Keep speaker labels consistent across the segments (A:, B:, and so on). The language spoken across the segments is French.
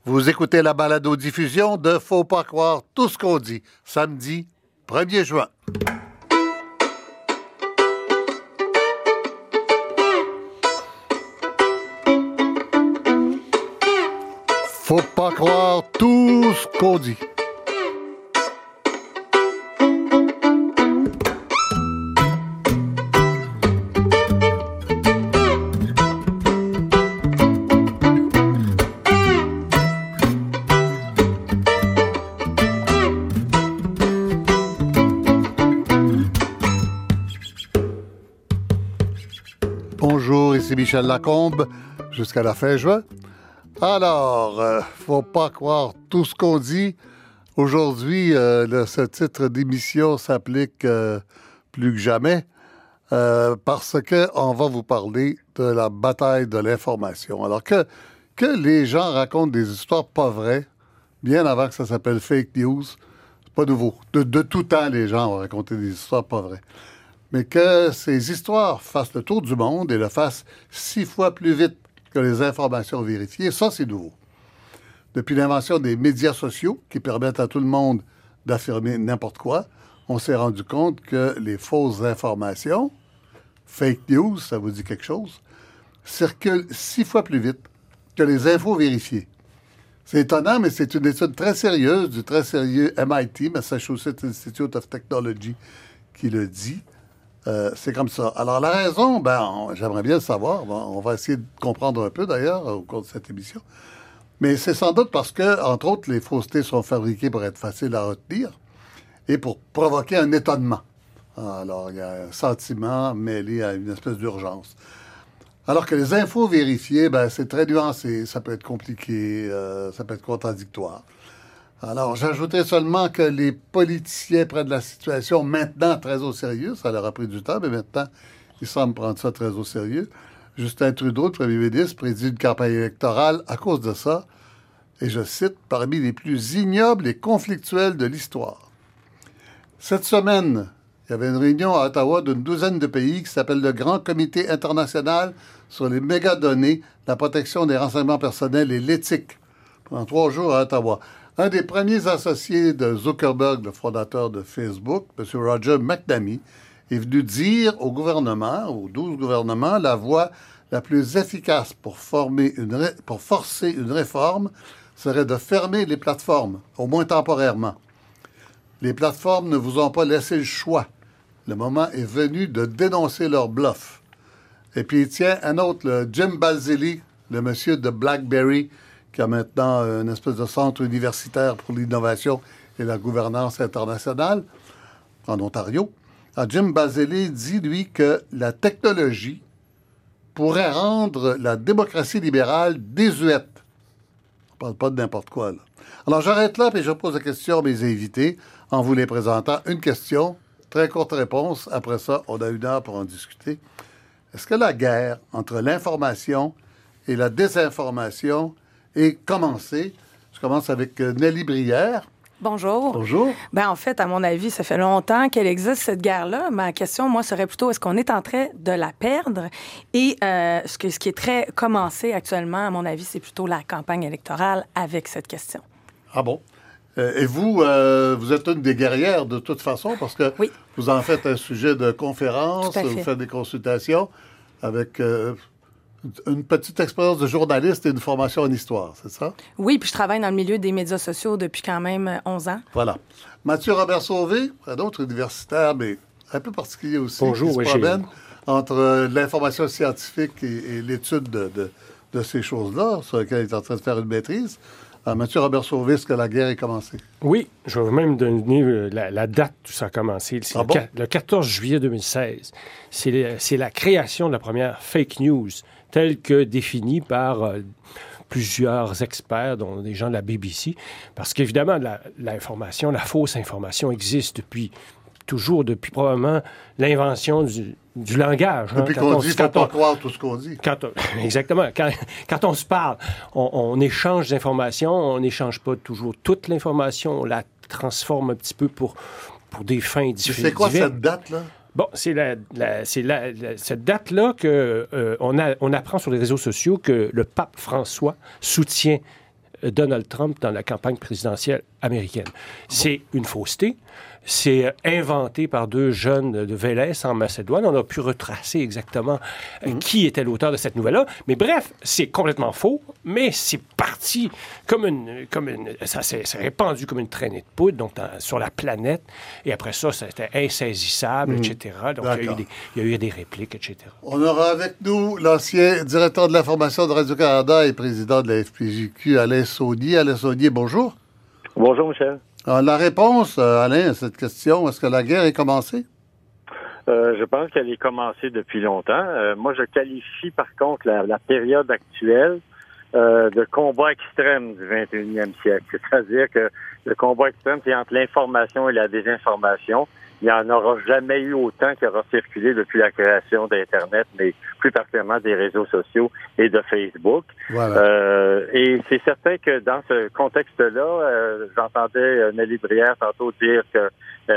A: Vous écoutez la balado-diffusion de Faut pas croire tout ce qu'on dit, samedi 1er juin. Faut pas croire tout ce qu'on dit. Bonjour, ici Michel Lacombe, jusqu'à la fin juin. Alors, faut pas croire tout ce qu'on dit. Aujourd'hui, ce titre d'émission s'applique plus que jamais parce qu'on va vous parler de la bataille de l'information. Alors que les gens racontent des histoires pas vraies, bien avant que ça s'appelle fake news, c'est pas nouveau. De tout temps, les gens ont raconté des histoires pas vraies. Mais que ces histoires fassent le tour du monde et le fassent 6 fois plus vite que les informations vérifiées, ça, c'est nouveau. Depuis l'invention des médias sociaux qui permettent à tout le monde d'affirmer n'importe quoi, on s'est rendu compte que les fausses informations, fake news, ça vous dit quelque chose, circulent 6 fois plus vite que les infos vérifiées. C'est étonnant, mais c'est une étude très sérieuse du très sérieux MIT, Massachusetts Institute of Technology, qui le dit. C'est comme ça. Alors, la raison, j'aimerais bien le savoir. On va essayer de comprendre un peu, d'ailleurs, au cours de cette émission. Mais c'est sans doute parce que, entre autres, les faussetés sont fabriquées pour être faciles à retenir et pour provoquer un étonnement. Alors, il y a un sentiment mêlé à une espèce d'urgence. Alors que les infos vérifiées, c'est très nuancé. Ça peut être compliqué, ça peut être contradictoire. Alors, j'ajouterais seulement que les politiciens prennent la situation maintenant très au sérieux. Ça leur a pris du temps, mais maintenant, ils semblent prendre ça très au sérieux. Justin Trudeau, le premier ministre, prédit une campagne électorale à cause de ça. Et je cite, parmi les plus ignobles et conflictuels de l'histoire. Cette semaine, il y avait une réunion à Ottawa d'une douzaine de pays qui s'appelle le Grand Comité international sur les mégadonnées, la protection des renseignements personnels et l'éthique, pendant 3 jours à Ottawa. Un des premiers associés de Zuckerberg, le fondateur de Facebook, M. Roger McNamee, est venu dire au gouvernement, aux 12 gouvernements, la voie la plus efficace pour forcer une réforme serait de fermer les plateformes, au moins temporairement. Les plateformes ne vous ont pas laissé le choix. Le moment est venu de dénoncer leur bluff. Et puis, il tient un autre, le Jim Balsillie, le monsieur de BlackBerry, qui a maintenant une espèce de centre universitaire pour l'innovation et la gouvernance internationale en Ontario. Alors, Jim Balsillie dit, lui, que la technologie pourrait rendre la démocratie libérale désuète. On ne parle pas de n'importe quoi, là. Alors, j'arrête là et je pose la question à mes invités en vous les présentant. Une question, très courte réponse. Après ça, on a 1 heure pour en discuter. Est-ce que la guerre entre l'information et la désinformation est commencée? Je commence avec Nelly Brière.
B: Bonjour.
A: Bonjour.
B: En fait, à mon avis, ça fait longtemps qu'elle existe, cette guerre-là. Ma question, moi, serait plutôt, est-ce qu'on est en train de la perdre? Et ce qui est très commencé actuellement, à mon avis, c'est plutôt la campagne électorale avec cette question.
A: Ah bon? Et vous, vous êtes une des guerrières de toute façon, parce que
B: oui.
A: Vous en faites un sujet de conférence, vous faites des consultations avec une petite expérience de journaliste et une formation en histoire, c'est ça?
B: Oui, puis je travaille dans le milieu des médias sociaux depuis quand même 11 ans.
A: Voilà. Mathieu Robert-Sauvé, un autre universitaire, mais un peu particulier aussi.
C: Bonjour,
A: qui se promène entre l'information scientifique et l'étude de ces choses-là, sur lesquelles il est en train de faire une maîtrise. Mathieu Robert-Sauvé, est-ce que la guerre est commencée?
C: Oui, je vais même donner la date où ça a commencé. C'est le 14 juillet 2016. C'est la création de la première fake news, telle que définie par plusieurs experts, dont des gens de la BBC. Parce qu'évidemment, l'information, la fausse information existe depuis probablement l'invention du langage.
A: Depuis qu'on dit, il ne faut pas croire tout ce qu'on dit.
C: Exactement. Quand on se parle, on échange des informations, on n'échange pas toujours toute l'information, on la transforme un petit peu pour des fins différentes.
A: C'est quoi cette date-là?
C: Bon, c'est cette date-là qu'on apprend sur les réseaux sociaux que le pape François soutient Donald Trump dans la campagne présidentielle américaine. C'est une fausseté. C'est inventé par deux jeunes de Vélès en Macédoine. On a pu retracer exactement qui était l'auteur de cette nouvelle-là. Mais bref, c'est complètement faux, mais c'est parti ça s'est répandu comme une traînée de poudre donc sur la planète. Et après ça, c'était insaisissable, etc. Donc, il y a eu des répliques, etc.
A: On aura avec nous l'ancien directeur de l'information de Radio-Canada et président de la FPJQ, Alain Saunier. Alain Saunier, bonjour.
D: Bonjour, Michel.
A: Alors, la réponse, Alain, à cette question, est-ce que la guerre est commencée?
D: Je pense qu'elle est commencée depuis longtemps. Moi, je qualifie par contre la période actuelle de combat extrême du 21e siècle. C'est-à-dire que le combat extrême, c'est entre l'information et la désinformation. Il n'y en aura jamais eu autant qui aura circulé depuis la création d'Internet, mais plus particulièrement des réseaux sociaux et de Facebook. Voilà. Et c'est certain que dans ce contexte-là, j'entendais Nelly Brière tantôt dire que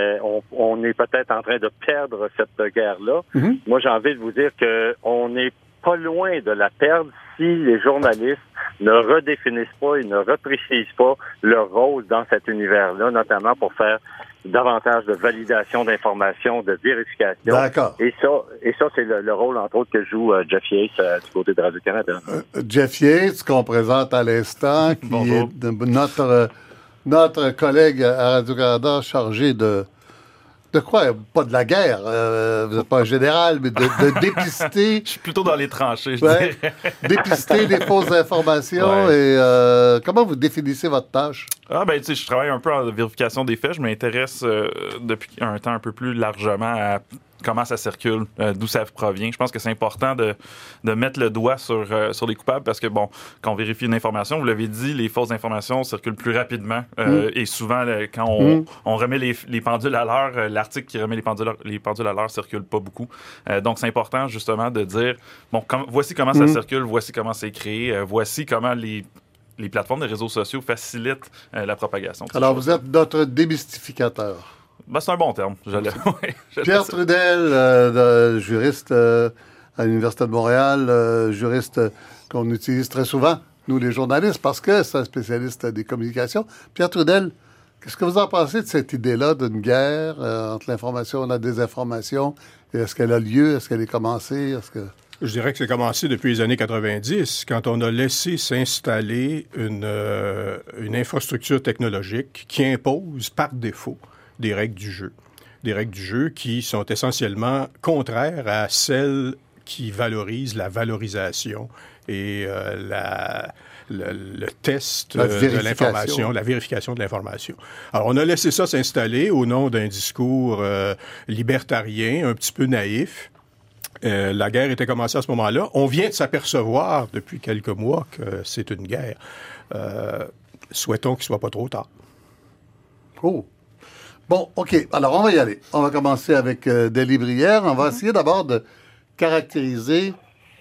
D: on est peut-être en train de perdre cette guerre-là. Mm-hmm. Moi, j'ai envie de vous dire que on n'est pas loin de la perdre si les journalistes ne redéfinissent pas et ne reprécisent pas leur rôle dans cet univers-là, notamment pour faire davantage de validation d'informations, de vérification.
A: D'accord.
D: Et ça, c'est le rôle, entre autres, que joue Jeff Yates du côté de Radio-Canada.
A: Jeff Yates, qu'on présente à l'instant, qui est notre collègue à Radio-Canada chargé de quoi? Pas de la guerre. Vous n'êtes pas un général, mais de dépister...
E: Je suis plutôt dans les tranchées, je dirais.
A: Dépister les fausses informations. Et comment vous définissez votre tâche?
E: Tu sais, je travaille un peu en vérification des faits. Je m'intéresse depuis un temps un peu plus largement à comment ça circule, d'où ça provient. Je pense que c'est important de mettre le doigt sur les coupables parce que, quand on vérifie une information, vous l'avez dit, les fausses informations circulent plus rapidement et souvent, quand on remet les pendules à l'heure, l'article qui remet les pendules à l'heure circule pas beaucoup. Donc, c'est important, justement, de dire, voici comment ça circule, voici comment c'est créé, voici comment les plateformes de réseaux sociaux facilitent la propagation.
A: Alors, vous êtes notre démystificateur.
E: C'est un bon terme.
A: Pierre Trudel, juriste à l'Université de Montréal, juriste qu'on utilise très souvent, nous les journalistes, parce que c'est un spécialiste des communications. Pierre Trudel, qu'est-ce que vous en pensez de cette idée-là d'une guerre entre l'information et la désinformation? Et est-ce qu'elle a lieu? Est-ce qu'elle est commencée?
F: Je dirais que c'est commencé depuis les années 90, quand on a laissé s'installer une infrastructure technologique qui impose par défaut des règles du jeu. Des règles du jeu qui sont essentiellement contraires à celles qui valorisent la valorisation et le test de l'information, la vérification de l'information. Alors, on a laissé ça s'installer au nom d'un discours libertarien, un petit peu naïf. La guerre était commencée à ce moment-là. On vient de s'apercevoir depuis quelques mois que c'est une guerre. Souhaitons qu'il ne soit pas trop tard.
A: Oh! Bon, OK. Alors, on va y aller. On va commencer avec Nelly Brière. On va essayer d'abord de caractériser...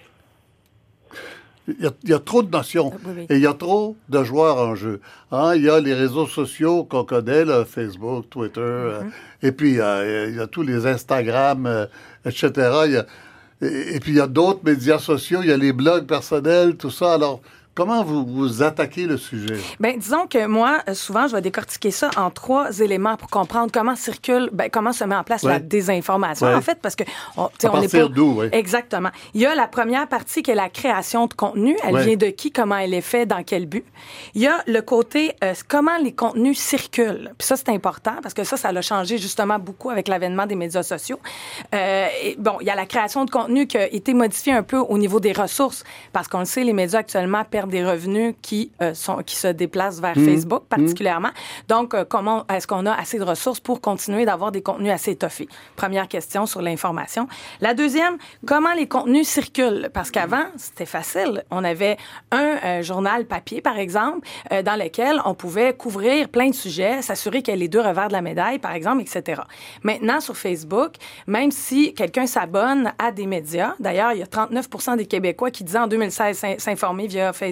A: Il y a trop de notions et il y a trop de joueurs en jeu. Il y a les réseaux sociaux qu'on connaît, là, Facebook, Twitter, et puis il y a tous les Instagram, etc. Et puis il y a d'autres médias sociaux, il y a les blogs personnels, tout ça. Alors, comment vous attaquez le sujet?
B: Bien, disons que moi, souvent, je vais décortiquer ça en 3 éléments pour comprendre comment circule, comment se met en place la désinformation, en fait, parce que...
A: À partir d'où, oui.
B: Exactement. Il y a la première partie qui est la création de contenu. Elle vient de qui, comment elle est faite, dans quel but. Il y a le côté comment les contenus circulent. Puis ça, c'est important, parce que ça a changé justement beaucoup avec l'avènement des médias sociaux. Il y a la création de contenu qui a été modifiée un peu au niveau des ressources, parce qu'on le sait, les médias actuellement perdent des revenus qui se déplacent vers Facebook particulièrement. Donc, comment est-ce qu'on a assez de ressources pour continuer d'avoir des contenus assez étoffés? Première question sur l'information. La deuxième, comment les contenus circulent? Parce qu'avant, c'était facile. On avait un journal papier, par exemple, dans lequel on pouvait couvrir plein de sujets, s'assurer qu'il y a les 2 revers de la médaille, par exemple, etc. Maintenant, sur Facebook, même si quelqu'un s'abonne à des médias, d'ailleurs, il y a 39% des Québécois qui disaient en 2016 s'informer via Facebook,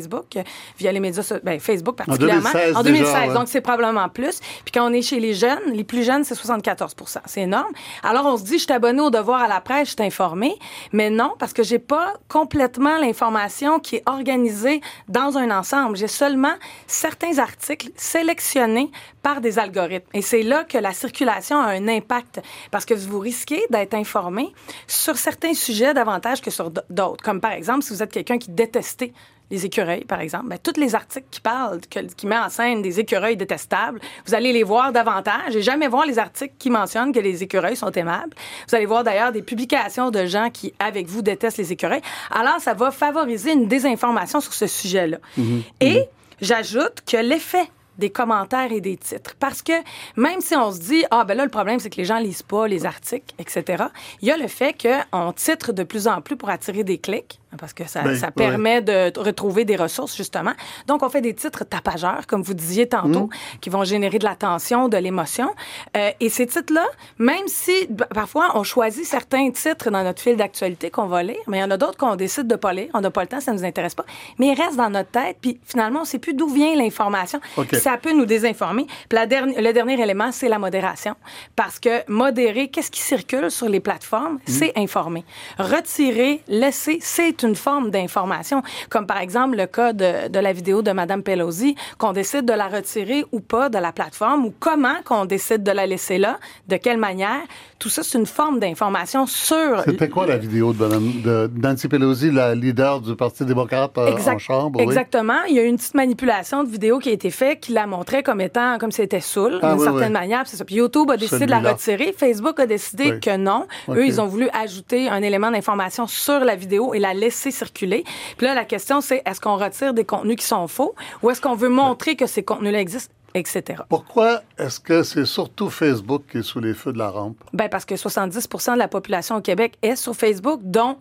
B: Facebook, via les médias sociaux, Facebook particulièrement.
A: En 2016,
B: déjà, ouais. Donc, c'est probablement plus. Puis quand on est chez les jeunes, les plus jeunes, c'est 74 %. C'est énorme. Alors, on se dit, je suis abonné au Devoir, à la presse, je suis informé. Mais non, parce que j'ai pas complètement l'information qui est organisée dans un ensemble. J'ai seulement certains articles sélectionnés par des algorithmes. Et c'est là que la circulation a un impact. Parce que vous risquez d'être informé sur certains sujets davantage que sur d'autres. Comme par exemple, si vous êtes quelqu'un qui détestait les écureuils, par exemple, bien, tous les articles qui parlent, qui mettent en scène des écureuils détestables, vous allez les voir davantage et jamais voir les articles qui mentionnent que les écureuils sont aimables. Vous allez voir d'ailleurs des publications de gens qui, avec vous, détestent les écureuils. Alors, ça va favoriser une désinformation sur ce sujet-là. Et j'ajoute que l'effet des commentaires et des titres. Parce que même si on se dit, là, le problème, c'est que les gens lisent pas les articles, etc., il y a le fait qu'on titre de plus en plus pour attirer des clics, parce que ça permet de retrouver des ressources, justement. Donc, on fait des titres tapageurs, comme vous disiez tantôt, qui vont générer de l'attention, de l'émotion. Et ces titres-là, même si parfois on choisit certains titres dans notre fil d'actualité qu'on va lire, mais il y en a d'autres qu'on décide de pas lire, on n'a pas le temps, ça nous intéresse pas, mais ils restent dans notre tête, puis finalement, on sait plus d'où vient l'information. Okay. Ça peut nous désinformer. Puis le dernier élément, c'est la modération. Parce que modérer, qu'est-ce qui circule sur les plateformes? C'est informer. Retirer, laisser, c'est une forme d'information. Comme par exemple le cas de la vidéo de Mme Pelosi, qu'on décide de la retirer ou pas de la plateforme, ou comment qu'on décide de la laisser là, de quelle manière. Tout ça, c'est une forme d'information sur...
A: C'était quoi la vidéo de Nancy Pelosi, la leader du Parti démocrate en Chambre?
B: Exactement. Il y a eu une petite manipulation de vidéo qui a été faite qui la montrait comme étant, comme si elle était saoule, d'une certaine manière. C'est ça. Puis YouTube a décidé de la retirer. Facebook a décidé que non. Okay. Eux, ils ont voulu ajouter un élément d'information sur la vidéo et la laisser circuler. Puis là, la question, c'est est-ce qu'on retire des contenus qui sont faux ou est-ce qu'on veut montrer que ces contenus-là existent? Etc.
A: Pourquoi est-ce que c'est surtout Facebook qui est sous les feux de la rampe?
B: Bien, parce que 70 % de la population au Québec est sur Facebook, dont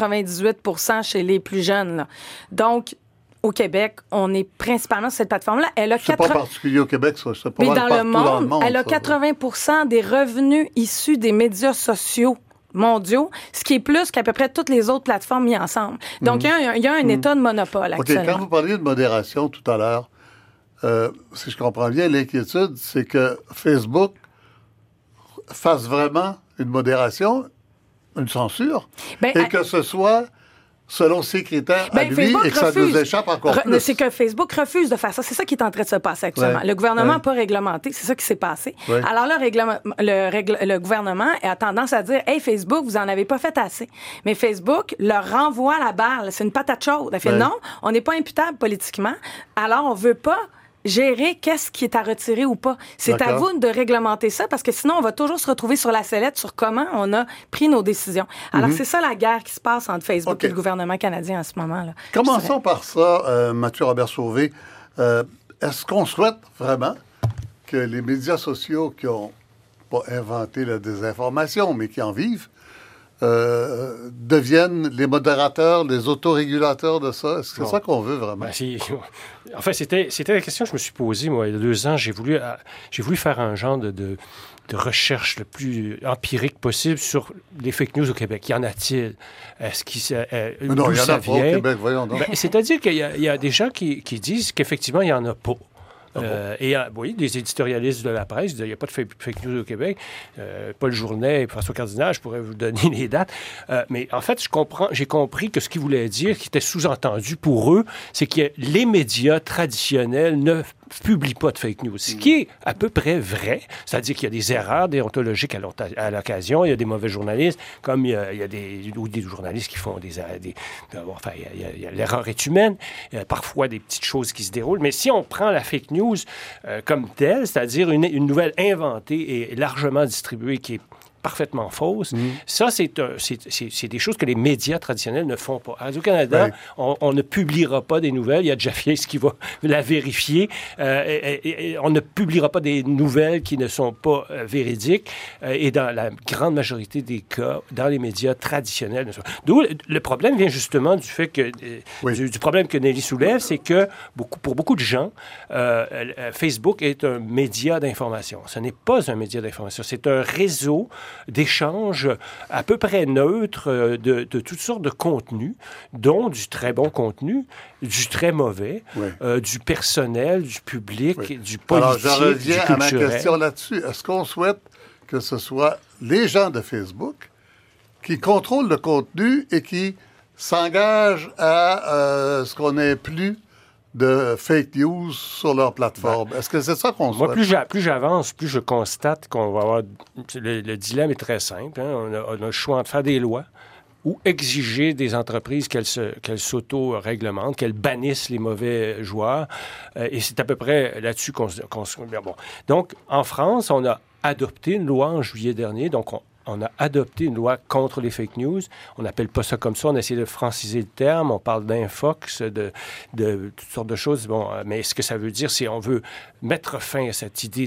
B: 98 % chez les plus jeunes. Là. Donc, au Québec, on est principalement sur cette plateforme-là.
A: C'est pas particulier au Québec, ça. C'est pas
B: mais
A: dans
B: le monde, elle a 80 % des revenus issus des médias sociaux mondiaux, ce qui est plus qu'à peu près toutes les autres plateformes mises ensemble. Donc, il y a un état de monopole actuellement.
A: OK, quand vous parliez de modération tout à l'heure, si je comprends bien, l'inquiétude, c'est que Facebook fasse vraiment une modération, une censure, et que ce soit selon ses critères à lui Facebook et que ça nous échappe encore plus.
B: C'est que Facebook refuse de faire ça. C'est ça qui est en train de se passer actuellement. Le gouvernement n'a pas réglementé. C'est ça qui s'est passé. Alors là, le gouvernement a tendance à dire « Hey, Facebook, vous en avez pas fait assez. » Mais Facebook leur renvoie la balle. C'est une patate chaude. Elle fait « Non, on n'est pas imputable politiquement. Alors, on veut pas gérer qu'est-ce qui est à retirer ou pas. C'est à vous de réglementer ça, parce que sinon, on va toujours se retrouver sur la sellette sur comment on a pris nos décisions. Alors, c'est ça la guerre qui se passe entre Facebook et le gouvernement canadien en ce moment-là.
A: Commençons par ça, Mathieu Robert-Sauvé. Est-ce qu'on souhaite vraiment que les médias sociaux qui n'ont pas inventé la désinformation, mais qui en vivent, deviennent les modérateurs, les autorégulateurs de ça? Est-ce que c'est ça qu'on veut vraiment?
C: En fait, c'était la question que je me suis posée, moi, il y a 2 ans. J'ai voulu faire un genre de recherche le plus empirique possible sur les fake news au Québec. Y en a-t-il? Est-ce qu'il
A: non, il y en a pas au Québec, voyons donc.
C: C'est-à-dire qu'il y a des gens qui disent qu'effectivement, il n'y en a pas. Oui, des éditorialistes de la presse, il n'y a pas de fake news au Québec. Paul Journet et François Cardinal, je pourrais vous donner les dates. Mais en fait, j'ai compris que ce qu'ils voulaient dire, qui était sous-entendu pour eux, c'est que les médias traditionnels ne publie pas de fake news. Ce qui est à peu près vrai, c'est-à-dire qu'il y a des erreurs déontologiques à l'occasion, il y a des mauvais journalistes, comme il y a des journalistes qui font il y a l'erreur est humaine, il y a parfois des petites choses qui se déroulent, mais si on prend la fake news comme telle, c'est-à-dire une nouvelle inventée et largement distribuée qui est parfaitement fausse. Ça, c'est des choses que les médias traditionnels ne font pas. À Radio-Canada, on ne publiera pas des nouvelles. Il y a Jeff Yates qui va la vérifier. Et on ne publiera pas des nouvelles qui ne sont pas véridiques. Et dans la grande majorité des cas, dans les médias traditionnels. D'où le problème vient justement du fait que... Du problème que Nelly soulève, c'est que pour beaucoup de gens, Facebook est un média d'information. Ce n'est pas un média d'information. C'est un réseau d'échanges à peu près neutres de toutes sortes de contenus, dont du très bon contenu, du très mauvais, du personnel, du public, du politique,
A: alors, je reviens
C: du
A: à ma
C: culturel.
A: question là-dessus. Est-ce qu'on souhaite que ce soit les gens de Facebook qui contrôlent le contenu et qui s'engagent à ce qu'on n'ait plus de fake news sur leur plateforme? Est-ce que c'est ça qu'on souhaite?
C: Moi, plus j'avance, plus je constate qu'on va avoir... Le dilemme est très simple. Hein? On a le choix entre faire des lois ou exiger des entreprises qu'elles s'auto-réglementent, qu'elles bannissent les mauvais joueurs. Et c'est à peu près là-dessus qu'on se... Bon. Donc, en France, on a adopté une loi en juillet dernier. Donc, on a adopté une loi contre les fake news. On n'appelle pas ça comme ça. On a essayé de franciser le terme. On parle d'infox, de toutes sortes de choses. Bon, mais ce que ça veut dire, c'est qu'on veut mettre fin à cette idée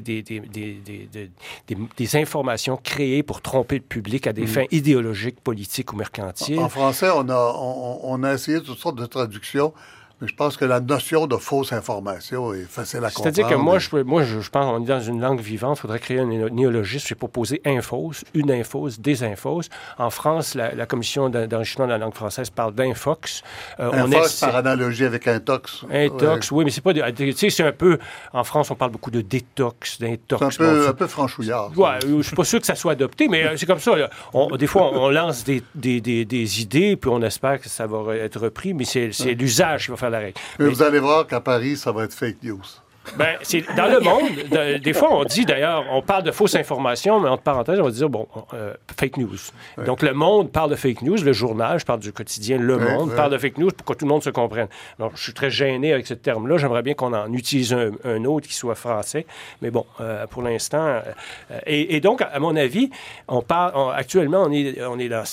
C: des informations créées pour tromper le public à des fins idéologiques, politiques ou mercantiles.
A: En français, on a essayé toutes sortes de traductions. Mais je pense que la notion de fausse information est facile à comprendre.
C: C'est-à-dire que moi, je pense qu'on est dans une langue vivante. Il faudrait créer un néologisme. J'ai proposé infos, une infos, des infos. En France, la commission d'enrichissement de la langue française parle d'infox.
A: Infox par analogie avec intox.
C: Intox, oui, mais c'est pas... Tu sais, c'est un peu... En France, on parle beaucoup de détox, d'intox.
A: C'est un peu franchouillard.
C: Ouais, je suis pas sûr que ça soit adopté, mais c'est comme ça. Là. Des fois, on lance des idées, puis on espère que ça va être repris, mais c'est l'usage qui va faire la règle.
A: Mais vous allez voir qu'à Paris, ça va être fake news.
C: Ben, c'est dans le monde. Des fois, on dit d'ailleurs, on parle de fausses informations, mais entre parenthèses, on va dire, fake news. Ouais. Donc, le monde parle de fake news. Le journal, je parle du quotidien Le Monde, parle de fake news pour que tout le monde se comprenne. Alors, je suis très gêné avec ce terme-là. J'aimerais bien qu'on en utilise un autre qui soit français. Mais bon, pour l'instant... Et donc, à mon avis, actuellement, on est dans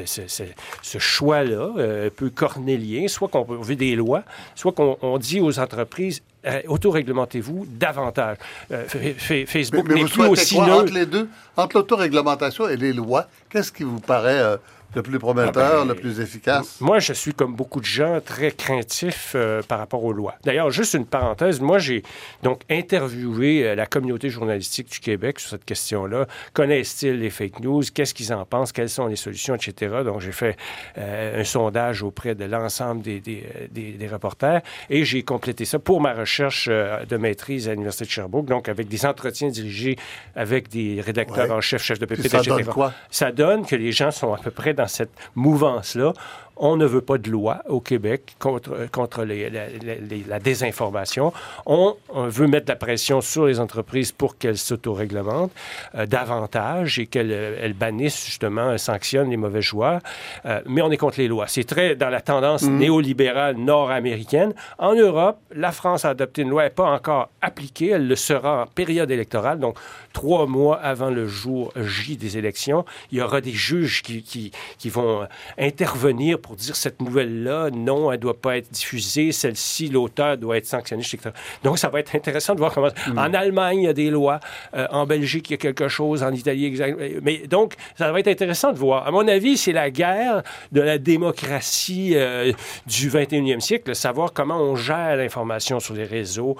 C: ce choix-là, un peu cornélien, soit qu'on veut des lois, soit qu'on dit aux entreprises, autoréglementez-vous davantage. Facebook n'est plus aussi neutre.
A: Entre les deux, entre l'autoréglementation et les lois, qu'est-ce qui vous paraît le plus prometteur, le plus efficace?
C: Moi, je suis, comme beaucoup de gens, très craintif par rapport aux lois. D'ailleurs, juste une parenthèse, moi, j'ai donc interviewé la communauté journalistique du Québec sur cette question-là. Connaissent-ils les fake news? Qu'est-ce qu'ils en pensent? Quelles sont les solutions, etc.? Donc, j'ai fait un sondage auprès de l'ensemble des reporters et j'ai complété ça pour ma recherche de maîtrise à l'Université de Sherbrooke, donc avec des entretiens dirigés avec des rédacteurs en chef de PPT,
A: etc. Ça donne quoi?
C: Ça donne que les gens sont à peu près dans cette mouvance-là. On ne veut pas de loi au Québec contre la désinformation. On veut mettre la pression sur les entreprises pour qu'elles s'autoréglementent davantage et qu'elles bannissent, justement, sanctionnent les mauvais joueurs. Mais on est contre les lois. C'est très dans la tendance néolibérale nord-américaine. En Europe, la France a adopté une loi. Elle n'est pas encore appliquée. Elle le sera en période électorale. Donc, 3 mois avant le jour J des élections, il y aura des juges qui vont intervenir pour dire cette nouvelle-là, non, elle ne doit pas être diffusée, celle-ci, l'auteur doit être sanctionné, etc. Donc, ça va être intéressant de voir comment... En Allemagne, il y a des lois. En Belgique, il y a quelque chose. En Italie, exactement. Mais donc, ça va être intéressant de voir. À mon avis, c'est la guerre de la démocratie du 21e siècle, savoir comment on gère l'information sur les réseaux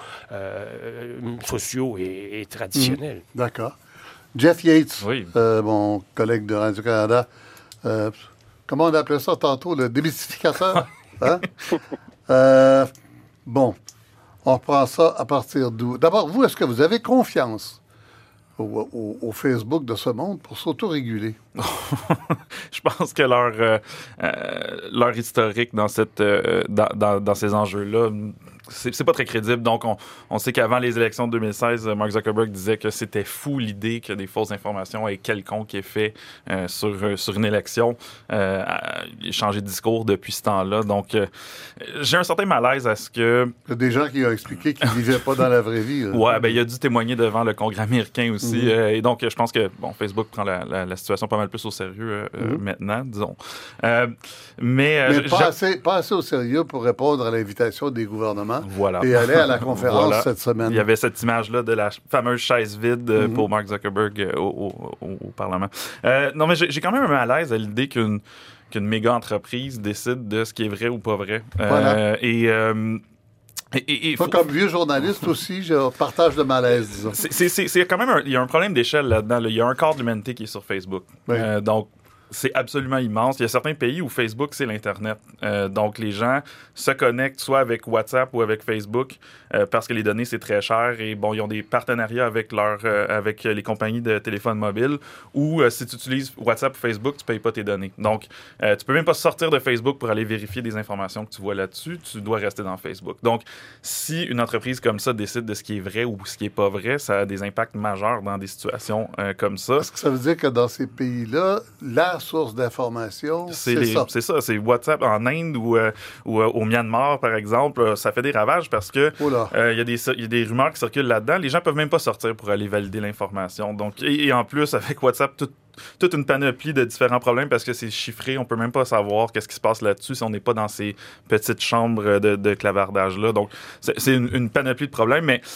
C: sociaux et traditionnels.
A: D'accord. Jeff Yates,
E: oui.
A: Mon collègue de Radio-Canada, comment on appelait ça tantôt, le démystificateur? Hein? Bon, on reprend ça à partir d'où? D'abord, vous, est-ce que vous avez confiance au Facebook de ce monde pour s'autoréguler?
E: Je pense que leur historique dans ces enjeux-là, c'est pas très crédible. Donc, on sait qu'avant les élections de 2016, Mark Zuckerberg disait que c'était fou l'idée que des fausses informations aient quelconque effet sur une élection. Il a changé de discours depuis ce temps-là. Donc, j'ai un certain malaise à ce que...
A: Il y a des gens qui ont expliqué qu'ils ne vivaient pas dans la vraie vie.
E: Ouais, ben il a dû témoigner devant le Congrès américain aussi. Et donc, je pense que Facebook prend la situation pas mal plus au sérieux maintenant, disons. Mais
A: pas assez au sérieux pour répondre à l'invitation des gouvernements.
E: Voilà.
A: Et aller à la conférence cette semaine.
E: Il y avait cette image-là de la fameuse chaise vide pour Mark Zuckerberg au Parlement. Non, mais j'ai quand même un malaise à l'idée qu'une méga entreprise décide de ce qui est vrai ou pas vrai.
A: Voilà. Moi, comme vieux journaliste aussi, je partage le malaise, disons.
E: C'est quand même il y a un problème d'échelle là-dedans. Là. Il y a un quart de l'humanité qui est sur Facebook.
A: Oui.
E: Donc, c'est absolument immense. Il y a certains pays où Facebook, c'est l'Internet. Donc, les gens se connectent soit avec WhatsApp ou avec Facebook parce que les données, c'est très cher. Et bon, ils ont des partenariats avec avec les compagnies de téléphone mobile ou si tu utilises WhatsApp ou Facebook, tu ne payes pas tes données. Donc, tu peux même pas sortir de Facebook pour aller vérifier des informations que tu vois là-dessus. Tu dois rester dans Facebook. Donc, si une entreprise comme ça décide de ce qui est vrai ou ce qui n'est pas vrai, ça a des impacts majeurs dans des situations comme ça.
A: Est-ce que ça veut dire que dans ces pays-là, la source d'information, c'est ça?
E: C'est ça. C'est WhatsApp en Inde ou au Myanmar, par exemple. Ça fait des ravages parce que il y a des rumeurs qui circulent là-dedans. Les gens peuvent même pas sortir pour aller valider l'information. Donc, et en plus, avec WhatsApp, toute une panoplie de différents problèmes parce que c'est chiffré. On peut même pas savoir qu'est-ce qui se passe là-dessus si on n'est pas dans ces petites chambres de clavardage-là. Donc, c'est une panoplie de problèmes. Mais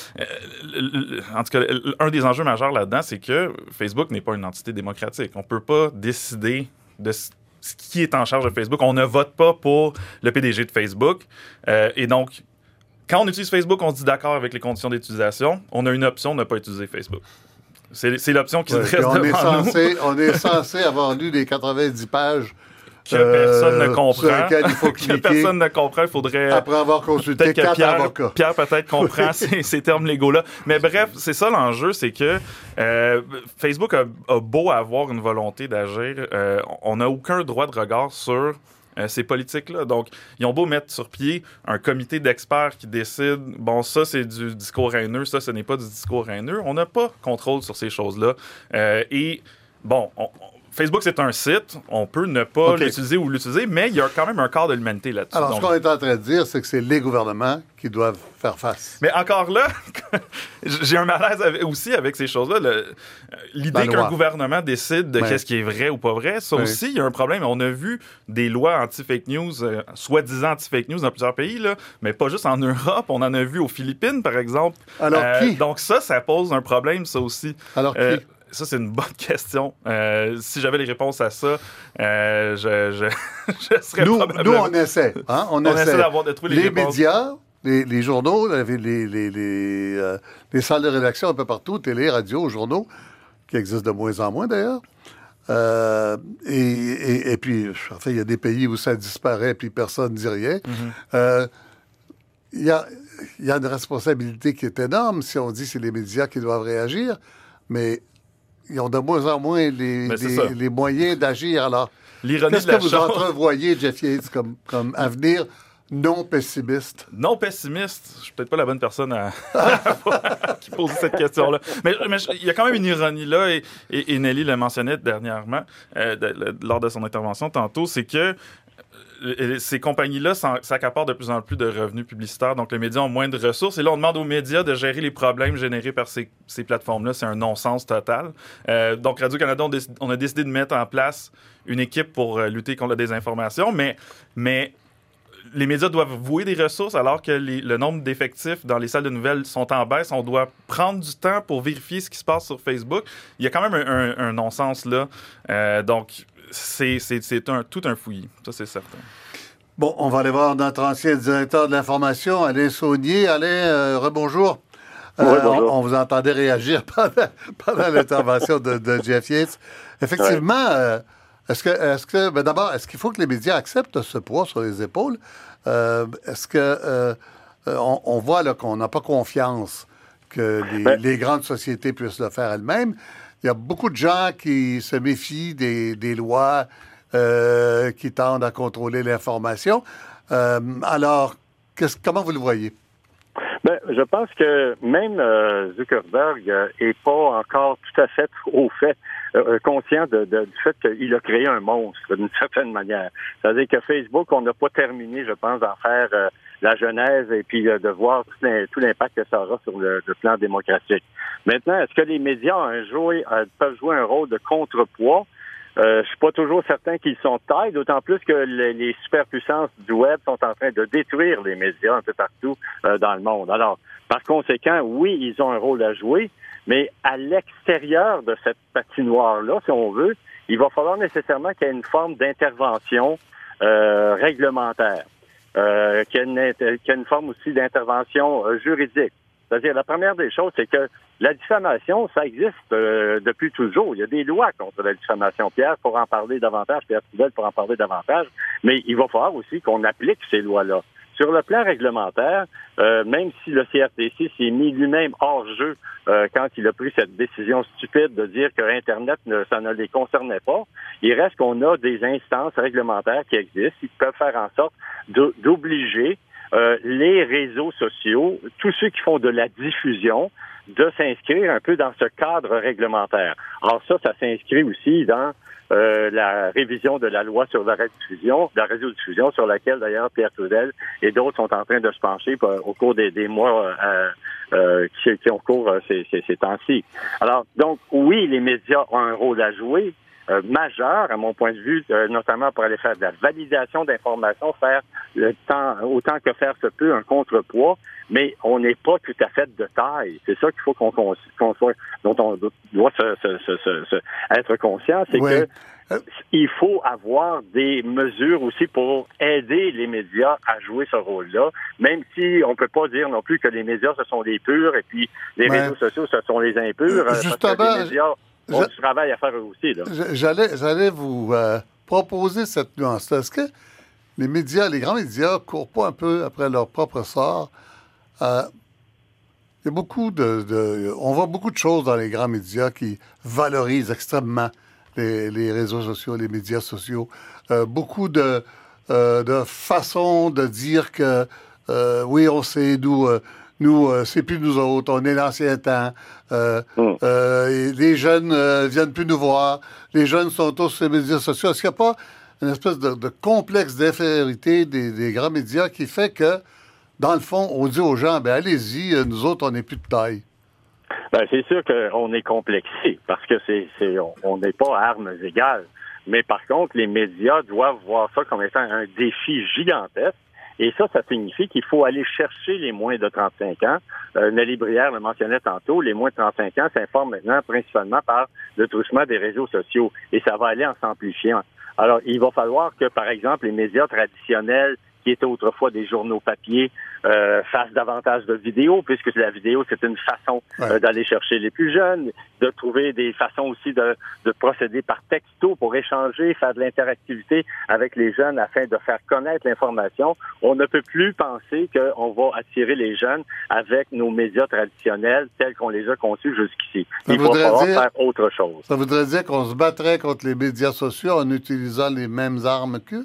E: en tout cas, un des enjeux majeurs là-dedans, c'est que Facebook n'est pas une entité démocratique. On peut pas décider de qui est en charge de Facebook. On ne vote pas pour le PDG de Facebook. Et donc, quand on utilise Facebook, on se dit d'accord avec les conditions d'utilisation. On a une option de ne pas utiliser Facebook. C'est l'option qui se reste devant nous.
A: On est censé avoir lu les 90 pages
E: que personne ne comprend.
A: Sur lesquelles il faut cliquer.
E: Que personne ne comprend. Il faudrait...
A: Après avoir consulté 4 avocats.
E: Pierre peut-être comprend ces termes légaux-là. Mais bref, c'est ça l'enjeu, c'est que Facebook a beau avoir une volonté d'agir, on n'a aucun droit de regard sur ces politiques-là. Donc, ils ont beau mettre sur pied un comité d'experts qui décide, bon, ça, c'est du discours haineux, ça, ce n'est pas du discours haineux. On n'a pas contrôle sur ces choses-là. Et, bon, Facebook, c'est un site. On peut ne pas l'utiliser ou l'utiliser, mais il y a quand même un quart de l'humanité là-dessus.
A: Alors, ce qu'on est en train de dire, c'est que c'est les gouvernements qui doivent faire face.
E: Mais encore là, j'ai un malaise aussi avec ces choses-là. L'idée qu'un gouvernement décide de qu'est-ce qui est vrai ou pas vrai, ça aussi, il y a un problème. On a vu des lois anti-fake news, soi-disant anti-fake news dans plusieurs pays, là, mais pas juste en Europe. On en a vu aux Philippines, par exemple.
A: Alors, qui?
E: Donc ça pose un problème, ça aussi.
A: Alors, qui?
E: Ça, c'est une bonne question. Si j'avais les réponses à ça, je serais probablement...
A: Nous, on essaie. Hein? On essaie
E: de trouver les réponses.
A: Médias, les journaux, les salles de rédaction un peu partout, télé, radio, journaux, qui existent de moins en moins, d'ailleurs. Et puis, en fait, il y a des pays où ça disparaît puis personne ne dit rien. Il y a une responsabilité qui est énorme si on dit que c'est les médias qui doivent réagir, mais... Ils ont de moins en moins les moyens d'agir. Alors, qu'est-ce que vous entrevoyez, Jeff Yates, comme avenir non pessimiste?
E: Non pessimiste? Je suis peut-être pas la bonne personne qui pose cette question-là. Mais il y a quand même une ironie là, et Nelly le mentionnait dernièrement, lors de son intervention tantôt, c'est que ces compagnies-là s'accaparent de plus en plus de revenus publicitaires, donc les médias ont moins de ressources. Et là, on demande aux médias de gérer les problèmes générés par ces plateformes-là. C'est un non-sens total. Donc, Radio-Canada, on a décidé de mettre en place une équipe pour lutter contre la désinformation, mais les médias doivent vouer des ressources alors que le nombre d'effectifs dans les salles de nouvelles sont en baisse. On doit prendre du temps pour vérifier ce qui se passe sur Facebook. Il y a quand même un non-sens là. Donc, c'est tout un fouillis, ça c'est certain.
A: Bon, on va aller voir notre ancien directeur de l'information, Alain Saunier. Alain, rebonjour.
D: Bonjour.
A: On vous entendait réagir pendant l'intervention de Jeff Yates. Effectivement, d'abord, est-ce qu'il faut que les médias acceptent ce poids sur les épaules? Est-ce que on voit là, qu'on n'a pas confiance que les grandes sociétés puissent le faire elles-mêmes? Il y a beaucoup de gens qui se méfient des lois qui tendent à contrôler l'information. Alors, comment vous le voyez?
D: Je pense que même Zuckerberg n'est pas encore tout à fait au fait conscient du fait qu'il a créé un monstre d'une certaine manière. C'est-à-dire que Facebook, on n'a pas terminé, je pense, d'en faire la genèse et puis de voir tout l'impact que ça aura sur le plan démocratique. Maintenant, est-ce que les médias peuvent jouer un rôle de contrepoids? Je suis pas toujours certain qu'ils sont de taille, d'autant plus que les superpuissances du web sont en train de détruire les médias un peu partout dans le monde. Alors, par conséquent, oui, ils ont un rôle à jouer, mais à l'extérieur de cette patinoire-là, si on veut, il va falloir nécessairement qu'il y ait une forme d'intervention réglementaire. qu'il y a une forme aussi d'intervention juridique. C'est-à-dire, la première des choses, c'est que la diffamation, ça existe depuis toujours. Il y a des lois contre la diffamation. Pierre pourra en parler davantage, Pierre Trudel pourra en parler davantage, mais il va falloir aussi qu'on applique ces lois-là. Sur le plan réglementaire, même si le CRTC s'est mis lui-même hors jeu quand il a pris cette décision stupide de dire que Internet, ça ne les concernait pas, il reste qu'on a des instances réglementaires qui existent, qui peuvent faire en sorte d'obliger les réseaux sociaux, tous ceux qui font de la diffusion, de s'inscrire un peu dans ce cadre réglementaire. Alors ça s'inscrit aussi dans la révision de la loi sur la radiodiffusion, sur laquelle d'ailleurs Pierre Trudel et d'autres sont en train de se pencher au cours des mois qui ont cours ces temps-ci. Alors, donc, oui, les médias ont un rôle à jouer, majeur, à mon point de vue, notamment pour aller faire de la validation d'informations, faire autant que faire se peut, un contrepoids, mais on n'est pas tout à fait de taille. C'est ça qu'il faut qu'on soit, dont on doit être conscient, c'est que il faut avoir des mesures aussi pour aider les médias à jouer ce rôle-là, même si on peut pas dire non plus que les médias, ce sont des purs, et puis les réseaux sociaux, ce sont les impurs.
A: Justement,
D: parce que les médias ont du travail à faire eux aussi. Là.
A: J'allais vous proposer cette nuance. Est-ce que les médias, les grands médias, courent pas un peu après leur propre sort? Il y a beaucoup on voit beaucoup de choses dans les grands médias qui valorisent extrêmement les réseaux sociaux, les médias sociaux. Beaucoup de façons de dire que oui, on sait d'où... Nous, c'est plus nous autres, on est l'ancien temps. Les jeunes viennent plus nous voir. Les jeunes sont tous sur les médias sociaux. Est-ce qu'il n'y a pas une espèce de complexe d'infériorité des grands médias qui fait que, dans le fond, on dit aux gens, allez-y, nous autres, on n'est plus de taille?
D: C'est sûr qu'on est complexé parce que on n'est pas à armes égales. Mais par contre, les médias doivent voir ça comme étant un défi gigantesque. Et ça signifie qu'il faut aller chercher les moins de 35 ans. Nelly Brière le mentionnait tantôt, les moins de 35 ans s'informent maintenant principalement par le truchement des réseaux sociaux. Et ça va aller en s'amplifiant. Alors, il va falloir que, par exemple, les médias traditionnels, qui étaient autrefois des journaux papier, fassent davantage de vidéos, puisque la vidéo, c'est une façon d'aller chercher les plus jeunes, de trouver des façons aussi de procéder par texto pour échanger, faire de l'interactivité avec les jeunes afin de faire connaître l'information. On ne peut plus penser qu'on va attirer les jeunes avec nos médias traditionnels tels qu'on les a conçus jusqu'ici. Il va falloir faire autre chose.
A: Ça voudrait dire qu'on se battrait contre les médias sociaux en utilisant les mêmes armes qu'eux?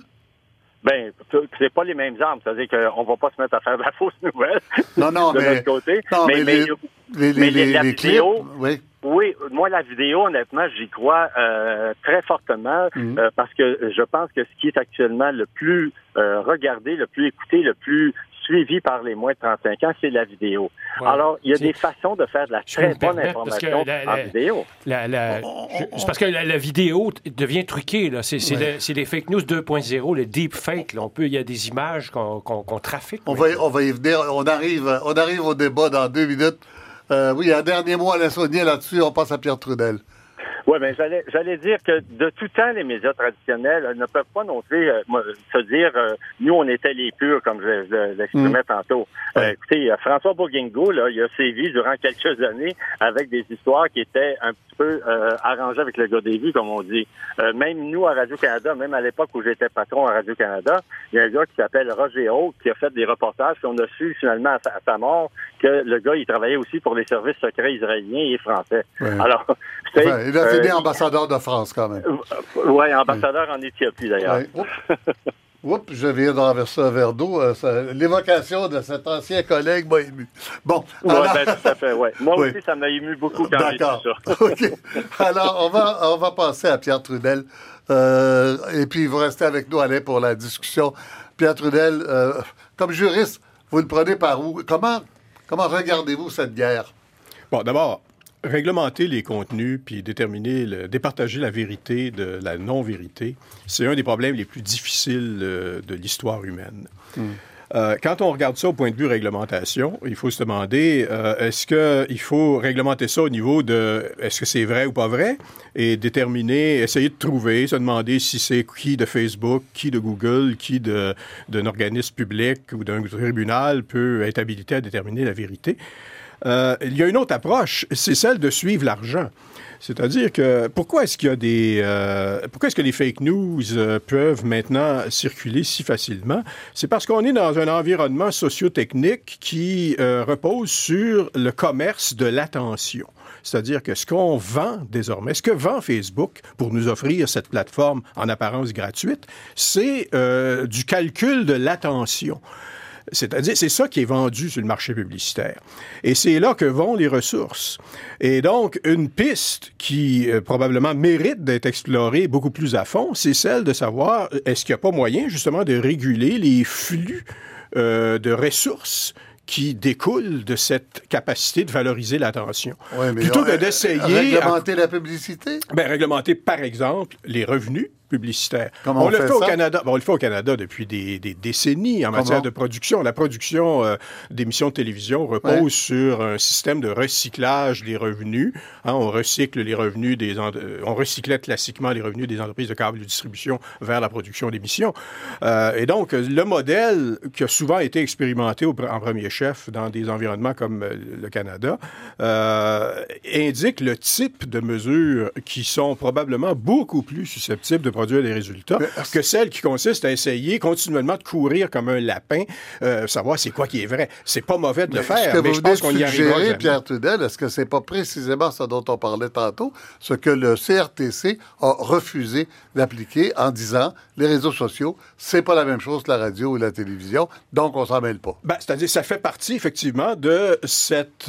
D: C'est pas les mêmes armes. C'est-à-dire qu'on va pas se mettre à faire de la fausse nouvelle
A: de notre côté. Non, mais la
D: vidéo,
A: clips,
D: oui, moi, la vidéo, honnêtement, j'y crois très fortement parce que je pense que ce qui est actuellement le plus regardé, le plus écouté, le plus suivi par les moins de 35 ans, c'est la vidéo. Ouais. Alors, il y a des façons de faire de la très bonne information en vidéo.
C: C'est parce que la vidéo devient truquée. Là. C'est les fake news 2.0, les deep fake. Là. Il y a des images qu'on trafique.
A: On va y venir. On arrive au débat dans 2 minutes. Oui, un dernier mot à la Sonia là-dessus. On passe à Pierre Trudel.
D: Oui, mais j'allais dire que de tout temps, les médias traditionnels ne peuvent pas non plus se dire nous, on était les purs, comme je l'exprimais tantôt. Écoutez, François Bouguingo, là, il a sévi durant quelques années avec des histoires qui étaient un petit peu arrangées avec le gars des vues, comme on dit. Même nous, à Radio-Canada, même à l'époque où j'étais patron à Radio-Canada, il y a un gars qui s'appelle Roger Haute qui a fait des reportages, puis on a su finalement à sa mort que le gars, il travaillait aussi pour les services secrets israéliens et français. Ouais. Alors,
A: il a fini ambassadeur de France, quand même.
D: Oui, ambassadeur en Éthiopie, d'ailleurs.
A: Ouais. Oups, je viens d'enverser un verre d'eau. L'évocation de cet ancien collègue m'a ému. Bon.
D: Oui, tout à fait, oui. Moi aussi, ça m'a ému beaucoup quand j'ai vu ça.
A: OK. Alors, on va passer à Pierre Trudel. Et puis, vous restez avec nous, Alain, pour la discussion. Pierre Trudel, comme juriste, vous le prenez par où? Comment regardez-vous cette guerre?
F: Bon, d'abord, réglementer les contenus puis départager la vérité de la non-vérité, c'est un des problèmes les plus difficiles de l'histoire humaine. Quand on regarde ça au point de vue réglementation, il faut se demander, est-ce qu'il faut réglementer ça au niveau de est-ce que c'est vrai ou pas vrai et déterminer, essayer de trouver, se demander si c'est qui de Facebook, qui de Google, qui d'un organisme public ou d'un tribunal peut être habilité à déterminer la vérité. Il y a une autre approche, c'est celle de suivre l'argent. C'est-à-dire que pourquoi est-ce que les fake news peuvent maintenant circuler si facilement? C'est parce qu'on est dans un environnement socio-technique qui repose sur le commerce de l'attention. C'est-à-dire que ce qu'on vend désormais, ce que vend Facebook pour nous offrir cette plateforme en apparence gratuite, c'est du calcul de l'attention. C'est-à-dire, c'est ça qui est vendu sur le marché publicitaire. Et c'est là que vont les ressources. Et donc, une piste qui probablement mérite d'être explorée beaucoup plus à fond, c'est celle de savoir, est-ce qu'il n'y a pas moyen justement de réguler les flux de ressources qui découlent de cette capacité de valoriser l'attention.
A: Ouais, mais
F: plutôt que d'essayer...
A: Réglementer la publicité?
F: Bien, réglementer, par exemple, les revenus publicitaire.
A: Comment on le fait
F: au Canada. On le fait au Canada depuis des décennies en matière de production. La production d'émissions de télévision repose sur un système de recyclage des revenus. On recycle les revenus on recyclait classiquement les revenus des entreprises de câble de distribution vers la production d'émissions. Et donc, le modèle qui a souvent été expérimenté en premier chef dans des environnements comme le Canada indique le type de mesures qui sont probablement beaucoup plus susceptibles de produire des résultats que celles qui consistent à essayer continuellement de courir comme un lapin, savoir c'est quoi qui est vrai. C'est pas mauvais de le faire, mais je pense qu'on y arrivera jamais.
A: Pierre Trudel, est-ce que c'est pas précisément ça dont on parlait tantôt, ce que le CRTC a refusé d'appliquer en disant les réseaux sociaux, c'est pas la même chose que la radio ou la télévision, donc on s'en mêle pas.
F: C'est-à-dire, ça fait partie effectivement de cette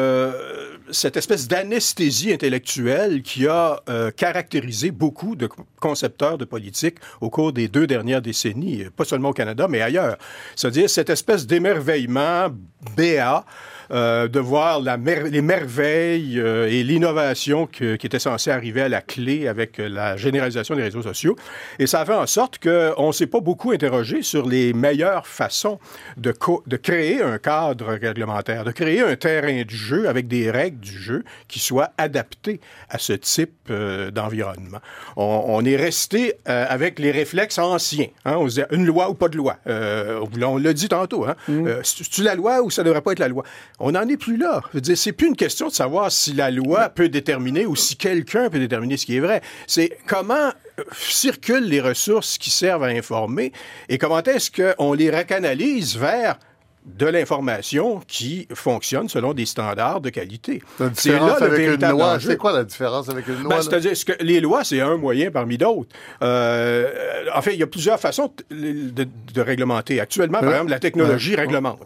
F: espèce d'anesthésie intellectuelle qui a caractérisé beaucoup de concepteurs de politique au cours des 2 dernières décennies, pas seulement au Canada, mais ailleurs. C'est-à-dire cette espèce d'émerveillement béat de voir les merveilles et l'innovation qui était censée arriver à la clé avec la généralisation des réseaux sociaux. Et ça fait en sorte qu'on ne s'est pas beaucoup interrogé sur les meilleures façons de créer un cadre réglementaire, de créer un terrain de jeu avec des règles du jeu qui soient adaptées à ce type d'environnement. On est resté avec les réflexes anciens. On se disait une loi ou pas de loi. On l'a dit tantôt. C'est-tu la loi ou ça ne devrait pas être la loi? On n'en est plus là. Je veux dire, c'est plus une question de savoir si la loi peut déterminer ou si quelqu'un peut déterminer ce qui est vrai. C'est comment circulent les ressources qui servent à informer et comment est-ce qu'on les recanalise vers de l'information qui fonctionne selon des standards de qualité.
A: C'est là le véritable enjeu. C'est quoi la différence avec une loi?
F: C'est-à-dire que les lois, c'est un moyen parmi d'autres. En fait, il y a plusieurs façons de réglementer. Actuellement, par exemple, la technologie réglemente.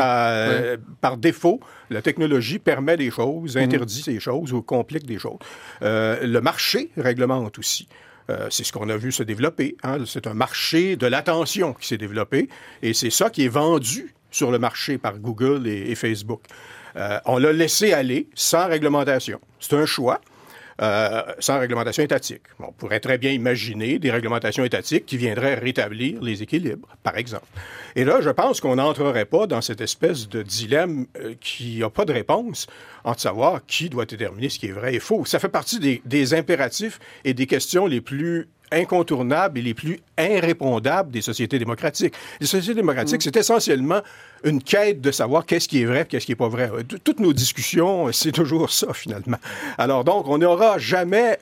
F: Par défaut, la technologie permet des choses, interdit des choses ou complique des choses. Le marché réglemente aussi. C'est ce qu'on a vu se développer. C'est un marché de l'attention qui s'est développé et c'est ça qui est vendu sur le marché par Google et Facebook. On l'a laissé aller sans réglementation. C'est un choix. Sans réglementation étatique. On pourrait très bien imaginer des réglementations étatiques qui viendraient rétablir les équilibres, par exemple. Et là, je pense qu'on n'entrerait pas dans cette espèce de dilemme qui n'a pas de réponse entre savoir qui doit déterminer ce qui est vrai et faux. Ça fait partie des impératifs et des questions les plus incontournables et les plus irrépondables des sociétés démocratiques. Les sociétés démocratiques, c'est essentiellement une quête de savoir qu'est-ce qui est vrai et qu'est-ce qui n'est pas vrai. Toutes nos discussions, c'est toujours ça, finalement. Alors donc, on n'aura jamais...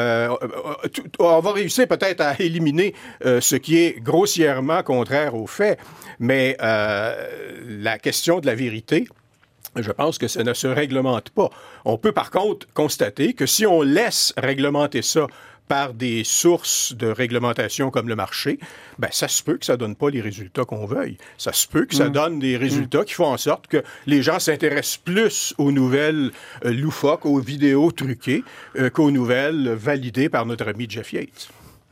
F: on va réussir peut-être à éliminer ce qui est grossièrement contraire aux faits, mais la question de la vérité, je pense que ça ne se réglemente pas. On peut par contre constater que si on laisse réglementer ça par des sources de réglementation comme le marché, ça se peut que ça donne pas les résultats qu'on veuille. Ça se peut que ça donne des résultats qui font en sorte que les gens s'intéressent plus aux nouvelles loufoques, aux vidéos truquées, qu'aux nouvelles validées par notre ami Jeff Yates.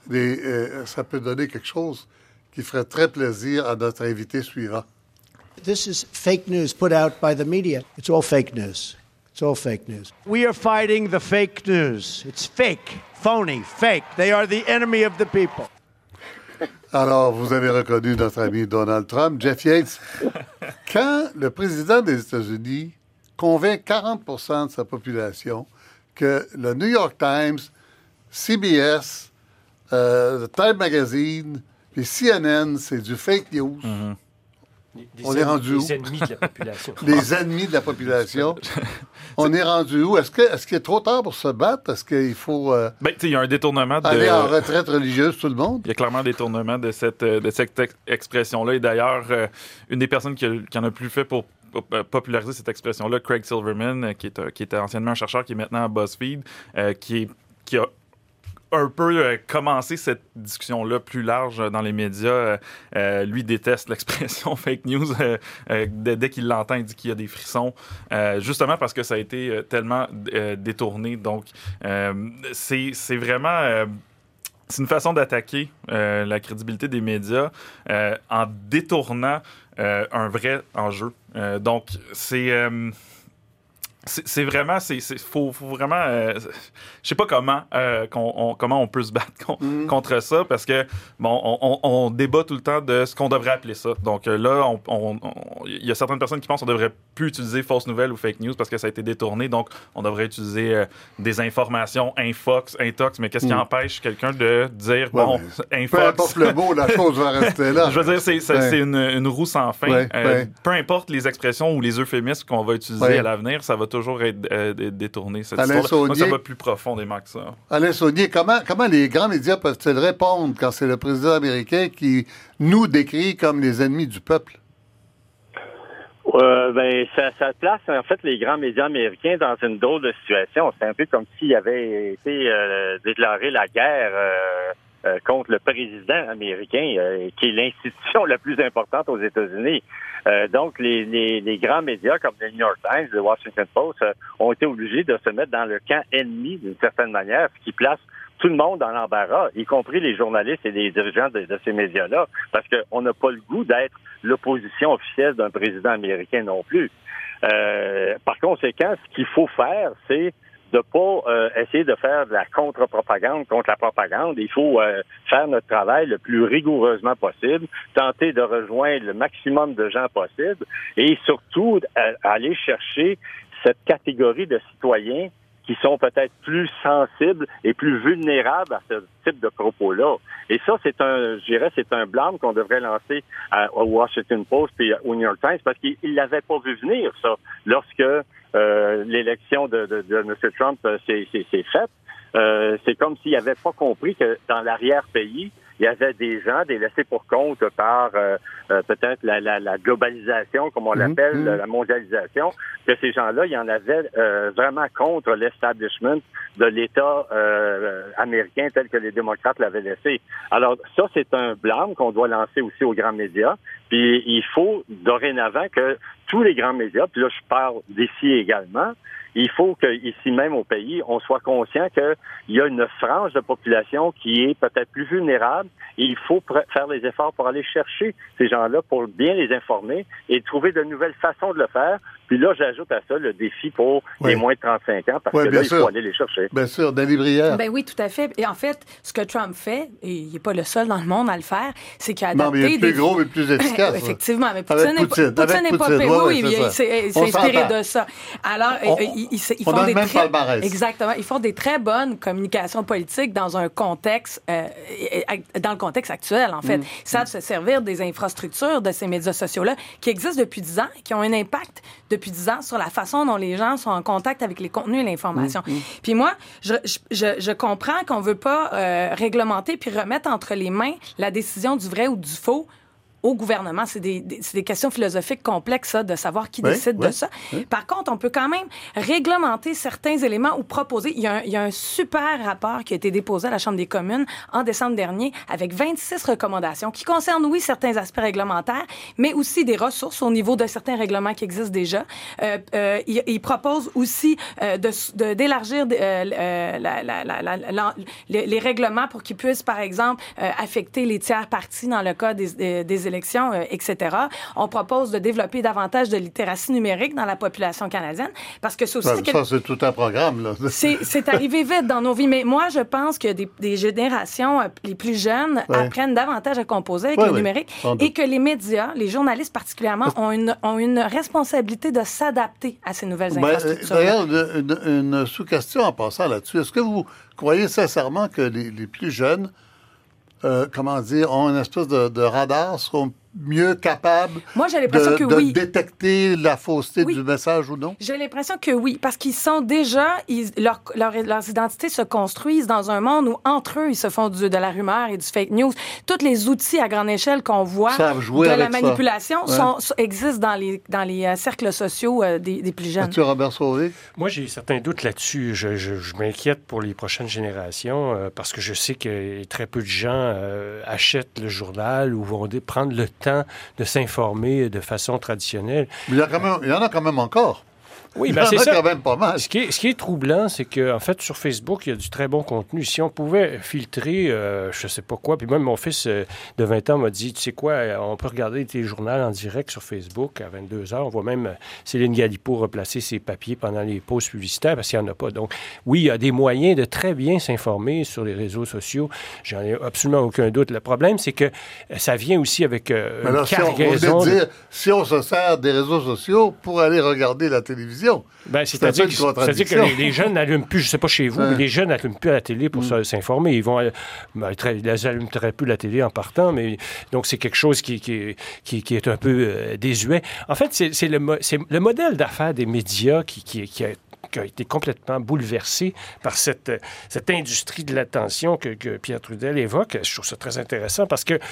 A: Ça peut donner quelque chose qui ferait très plaisir à notre invité suivant.
G: This is fake news put out by the media. It's all fake news. It's all fake news.
H: We are fighting the fake news. It's fake, phony, fake. They are the enemy of the people.
A: Alors, vous avez reconnu notre ami Donald Trump. Jeff Yates, quand le président des États-Unis convainc 40 % de sa population que le New York Times, CBS, Time Magazine puis CNN, c'est du fake news. Mm-hmm. On est rendu où?
C: Les ennemis de la population.
A: Les ennemis de la population. On est rendu où? Est-ce qu'il est trop tard pour se battre? Est-ce qu'il faut
E: il y a un détournement
A: aller en retraite religieuse, tout le monde?
E: Il y a clairement un détournement de cette expression-là. Et d'ailleurs, une des personnes qui en a le plus fait pour populariser cette expression-là, Craig Silverman, qui était anciennement un chercheur, qui est maintenant à BuzzFeed, qui a un peu commencé cette discussion-là plus large dans les médias. Lui déteste l'expression fake news. Dès qu'il l'entend, il dit qu'il y a des frissons. Justement parce que ça a été tellement détourné. Donc, c'est vraiment... c'est une façon d'attaquer la crédibilité des médias en détournant un vrai enjeu. Donc, c'est vraiment, faut vraiment, je sais pas comment on peut se battre contre ça, parce que on débat tout le temps de ce qu'on devrait appeler ça. Donc là, il y a certaines personnes qui pensent qu'on devrait plus utiliser fausses nouvelles ou fake news parce que ça a été détourné. Donc on devrait utiliser des informations intox. Mais qu'est-ce qui empêche quelqu'un de dire infox?
A: Peu importe le mot, la chose va rester là.
E: Je veux dire, c'est une roue sans fin. Peu importe les expressions ou les euphémismes qu'on va utiliser à l'avenir, ça va toujours être détourné, cette histoire-là. Donc, ça va plus profondément que ça.
A: Alain Saunier, comment les grands médias peuvent-ils répondre quand c'est le président américain qui nous décrit comme les ennemis du peuple?
D: Ça place, en fait, les grands médias américains dans une drôle de situation. C'est un peu comme s'il avait été déclaré la guerre contre le président américain, qui est l'institution la plus importante aux États-Unis. Donc, les grands médias comme le New York Times, le Washington Post, ont été obligés de se mettre dans le camp ennemi d'une certaine manière, ce qui place tout le monde dans l'embarras, y compris les journalistes et les dirigeants de ces médias-là, parce qu'on n'a pas le goût d'être l'opposition officielle d'un président américain non plus. Par conséquent, ce qu'il faut faire, c'est de pas essayer de faire de la contre-propagande contre la propagande. Il faut faire notre travail le plus rigoureusement possible, tenter de rejoindre le maximum de gens possible et surtout aller chercher cette catégorie de citoyens qui sont peut-être plus sensibles et plus vulnérables à ce type de propos-là. Et ça, c'est un blâme qu'on devrait lancer au Washington Post et au New York Times parce qu'ils l'avaient pas vu venir, ça, lorsque l'élection de M. Trump s'est faite. C'est comme s'il n'avait pas compris que dans l'arrière-pays, il y avait des gens, des laissés pour compte par peut-être la globalisation, comme on l'appelle, la mondialisation, que ces gens-là, il y en avait vraiment contre l'establishment de l'État américain tel que les démocrates l'avaient laissé. Alors ça, c'est un blâme qu'on doit lancer aussi aux grands médias. Puis il faut dorénavant que tous les grands médias, puis là je parle d'ici également, il faut qu'ici même au pays, on soit conscient qu'il y a une frange de population qui est peut-être plus vulnérable et il faut faire les efforts pour aller chercher ces gens-là pour bien les informer et trouver de nouvelles façons de le faire. Puis là, j'ajoute à ça le défi pour les moins de 35 ans parce que là, il faut aller les chercher.
A: Bien sûr, Dany Brière.
B: Ben oui, tout à fait. Et en fait, ce que Trump fait, et il n'est pas le seul dans le monde à le faire, c'est qu'il a adapté...
A: Non, mais il est plus gros mais plus efficace.
B: Effectivement, mais Poutine n'est pas Pérou, il s'est inspiré de ça. Alors, ils font des exactement, ils font des très bonnes communications politiques dans un contexte, dans le contexte actuel, en fait. Ils savent se servir des infrastructures de ces médias sociaux-là qui existent depuis 10 ans, qui ont un impact depuis 10 ans sur la façon dont les gens sont en contact avec les contenus et l'information. Puis moi, je comprends qu'on veut pas réglementer puis remettre entre les mains la décision du vrai ou du faux au gouvernement. C'est des questions philosophiques complexes, ça, de savoir qui décide de ça. Par contre, on peut quand même réglementer certains éléments ou proposer. Il y a un super rapport qui a été déposé à la Chambre des communes en décembre dernier avec 26 recommandations qui concernent, oui, certains aspects réglementaires, mais aussi des ressources au niveau de certains règlements qui existent déjà. Il propose aussi d'élargir les règlements pour qu'ils puissent, par exemple, affecter les tiers parties dans le cas des élections, etc. On propose de développer davantage de littératie numérique dans la population canadienne, parce que c'est aussi...
A: Ça, c'est tout un programme, là.
B: C'est arrivé vite dans nos vies, mais moi, je pense que des générations les plus jeunes apprennent davantage à composer avec le numérique et que les médias, les journalistes particulièrement, ont une responsabilité de s'adapter à ces nouvelles infrastructures.
A: D'ailleurs, une sous-question en passant là-dessus. Est-ce que vous croyez sincèrement que les plus jeunes, ont une espèce de radar, seront mieux capables de détecter la fausseté du message ou non?
B: J'ai l'impression que oui, parce qu'ils sont déjà... leurs identités se construisent dans un monde où, entre eux, ils se font de la rumeur et du fake news. Tous les outils à grande échelle qu'on voit de la manipulation existent dans les cercles sociaux des plus jeunes.
A: As-tu, Robert Sauvé?
C: Moi, j'ai certains doutes là-dessus. Je m'inquiète pour les prochaines générations parce que je sais que très peu de gens achètent le journal ou vont prendre le temps de s'informer de façon traditionnelle.
A: Mais il y en a quand même encore.
C: Oui, ben c'est ça.
A: Quand même pas mal.
C: Ce qui est troublant, c'est qu'en fait, sur Facebook, il y a du très bon contenu. Si on pouvait filtrer, je sais pas quoi, puis même mon fils de 20 ans m'a dit, tu sais quoi, on peut regarder tes journaux en direct sur Facebook à 22h. On voit même Céline Galipo replacer ses papiers pendant les pauses publicitaires parce qu'il n'y en a pas. Donc, oui, il y a des moyens de très bien s'informer sur les réseaux sociaux. J'en ai absolument aucun doute. Le problème, c'est que ça vient aussi avec une cargaison...
A: Si on se sert des réseaux sociaux pour aller regarder la télévision,
C: ben, c'est-à-dire que les jeunes n'allument plus, je ne sais pas chez vous, mais les jeunes n'allument plus à la télé pour s'informer. Ils vont, ils n'allument très peu la télé en partant, mais donc c'est quelque chose qui est un peu désuet. En fait, c'est le modèle d'affaires des médias qui a été complètement bouleversé par cette industrie de l'attention que Pierre Trudel évoque. Je trouve ça très intéressant parce que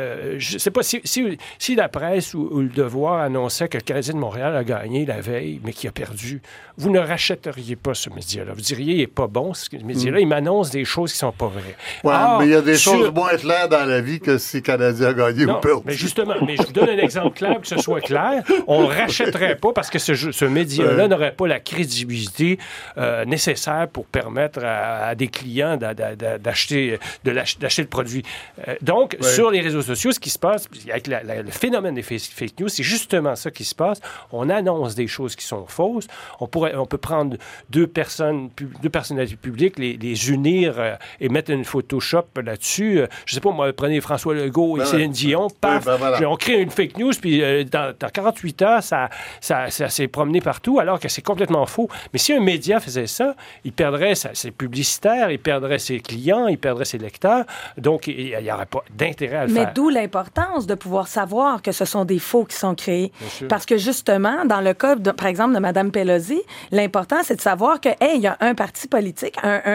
C: je ne sais pas si la presse ou le Devoir annonçait que le Canadien de Montréal a gagné la veille, mais qu'il a perdu, vous ne rachèteriez pas ce média-là. Vous diriez, il n'est pas bon, ce média-là. Il m'annonce des choses qui ne sont pas vraies.
A: Oui, mais il y a des choses moins claires dans la vie que si le Canadien a gagné ou pas.
C: Mais justement, je vous donne un exemple clair, que ce soit clair. On ne rachèterait pas parce que ce média-là n'aurait pas la crédibilité nécessaire pour permettre à des clients d'acheter le produit. Donc, sur les réseaux sociaux, ce qui se passe, avec le phénomène des fake news, c'est justement ça qui se passe. On annonce des choses qui sont fausses. On peut prendre deux personnalités publiques, les unir et mettre une Photoshop là-dessus. Je sais pas, moi, prenez François Legault et Céline Dion, paf, on crée une fake news, puis dans 48 heures, ça s'est promené partout, alors que c'est complètement faux. Mais si un média faisait ça, il perdrait ses publicitaires, il perdrait ses clients, il perdrait ses lecteurs. Donc, il n'y aurait pas d'intérêt à le faire.
B: Mais d'où l'importance de pouvoir savoir que ce sont des faux qui sont créés. Parce que justement, dans le cas, par exemple, de Mme Pelosi, l'important, c'est de savoir que, il y a un parti politique,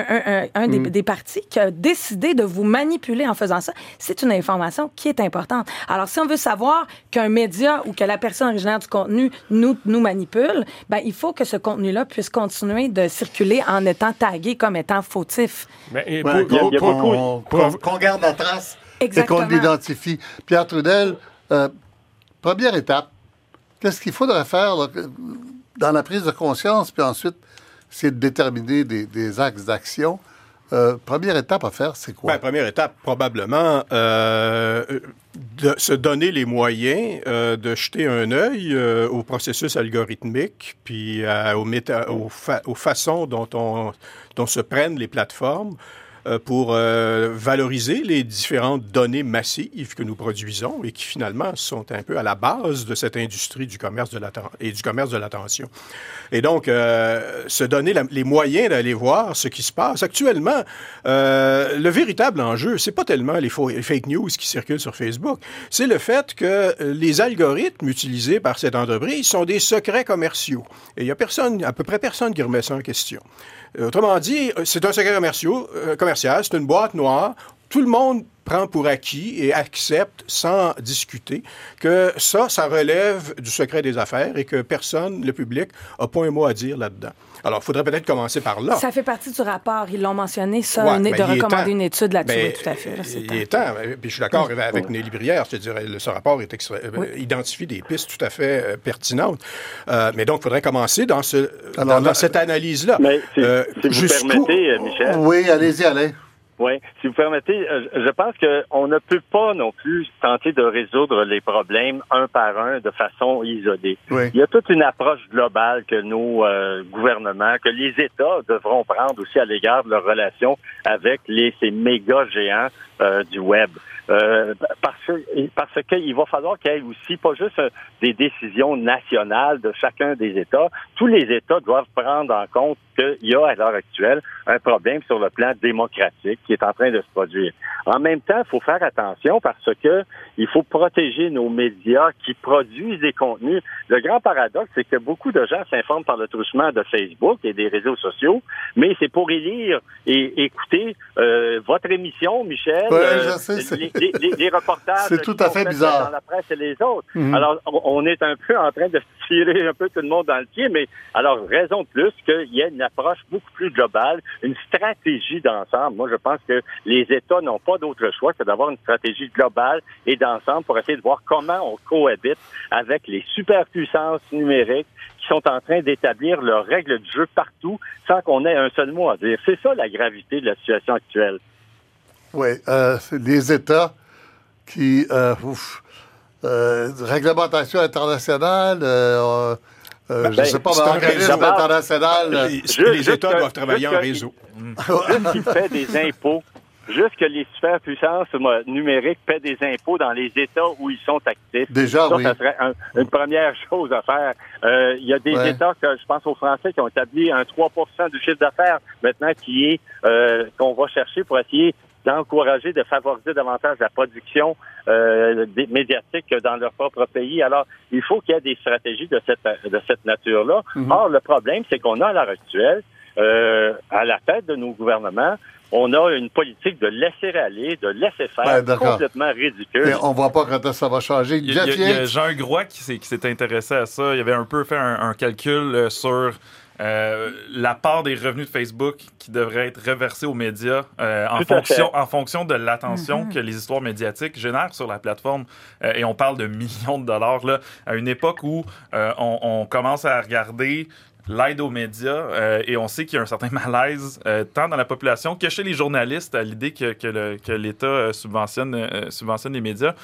B: un des partis qui a décidé de vous manipuler en faisant ça. C'est une information qui est importante. Alors, si on veut savoir qu'un média ou que la personne originaire du contenu nous manipule, ben, il faut que ce contenu-là puisse continuer de circuler en étant tagué comme étant fautif.
A: Qu'on garde la trace.
B: Exactement.
A: Et qu'on l'identifie. Pierre Trudel, première étape, qu'est-ce qu'il faudrait faire là, dans la prise de conscience, puis ensuite, c'est de déterminer des axes d'action. Première étape à faire, c'est quoi?
F: Première étape, probablement, de se donner les moyens de jeter un œil au processus algorithmique, puis aux façons dont se prennent les plateformes pour valoriser les différentes données massives que nous produisons et qui, finalement, sont un peu à la base de cette industrie du commerce de l'attention. Et donc, se donner les moyens d'aller voir ce qui se passe. Actuellement, le véritable enjeu, c'est pas tellement les fake news qui circulent sur Facebook, c'est le fait que les algorithmes utilisés par cette entreprise sont des secrets commerciaux. Et il y a à peu près personne qui remet ça en question. Autrement dit, c'est un secret commercial, c'est une boîte noire. Tout le monde prend pour acquis et accepte sans discuter que ça relève du secret des affaires et que personne, le public, n'a pas un mot à dire là-dedans. Alors, il faudrait peut-être commencer par là.
B: Ça fait partie du rapport. Ils l'ont mentionné, ça, de recommander une étude là-dessus. Oui, tout à fait. Là,
F: il est temps. Puis je suis d'accord avec Nelly Brière. Je te dirais, ce rapport identifie des pistes tout à fait pertinentes. Mais donc, il faudrait commencer dans cette analyse-là.
D: Mais si vous permettez, Michel.
A: Oui, allez-y, Alain.
D: Oui, si vous permettez, je pense qu'on ne peut pas non plus tenter de résoudre les problèmes un par un de façon isolée.
A: Oui.
D: Il y a toute une approche globale que nos gouvernements, que les États devront prendre aussi à l'égard de leurs relations avec ces méga géants du web. Parce qu'il va falloir qu'il y ait aussi pas juste des décisions nationales de chacun des États. Tous les États doivent prendre en compte qu'il y a à l'heure actuelle un problème sur le plan démocratique qui est en train de se produire. En même temps, il faut faire attention parce que il faut protéger nos médias qui produisent des contenus. Le grand paradoxe, c'est que beaucoup de gens s'informent par le truchement de Facebook et des réseaux sociaux, mais c'est pour y lire et écouter votre émission, Michel,
A: je sais,
D: les reportages
A: c'est tout à fait bizarre
D: dans la presse et les autres. Alors, on est un peu en train de tirer un peu tout le monde dans le pied, mais alors, raison de plus qu'il y ait une approche beaucoup plus globale, une stratégie d'ensemble. Moi, je pense que les États n'ont pas d'autre choix que d'avoir une stratégie globale et d'ensemble pour essayer de voir comment on cohabite avec les superpuissances numériques qui sont en train d'établir leurs règles du jeu partout sans qu'on ait un seul mot à dire. C'est ça la gravité de la situation actuelle.
A: Oui, les États qui... réglementation internationale, je ne sais pas, mais organisme international...
F: Les États doivent travailler en réseau.
D: Juste qui fait des impôts, juste que les superpuissances numériques paient des impôts dans les États où ils sont actifs.
A: Déjà,
D: ça,
A: oui.
D: Ça serait une première chose à faire. Il y a des États, que je pense aux Français, qui ont établi un 3% du chiffre d'affaires maintenant qui est qu'on va chercher pour essayer d'encourager, de favoriser davantage la production médiatique dans leur propre pays. Alors, il faut qu'il y ait des stratégies de cette nature-là. Or, le problème, c'est qu'on a à l'heure actuelle, à la tête de nos gouvernements, on a une politique de laisser aller, de laisser faire, complètement ridicule.
A: Mais on ne voit pas quand ça va changer.
E: Il y a Jean Groix qui s'est intéressé à ça. Il avait un peu fait un calcul sur la part des revenus de Facebook qui devrait être reversée aux médias en fonction de l'attention que les histoires médiatiques génèrent sur la plateforme. Et on parle de millions de dollars là, à une époque où on commence à regarder l'aide aux médias et on sait qu'il y a un certain malaise tant dans la population que chez les journalistes à l'idée que l'État subventionne les médias.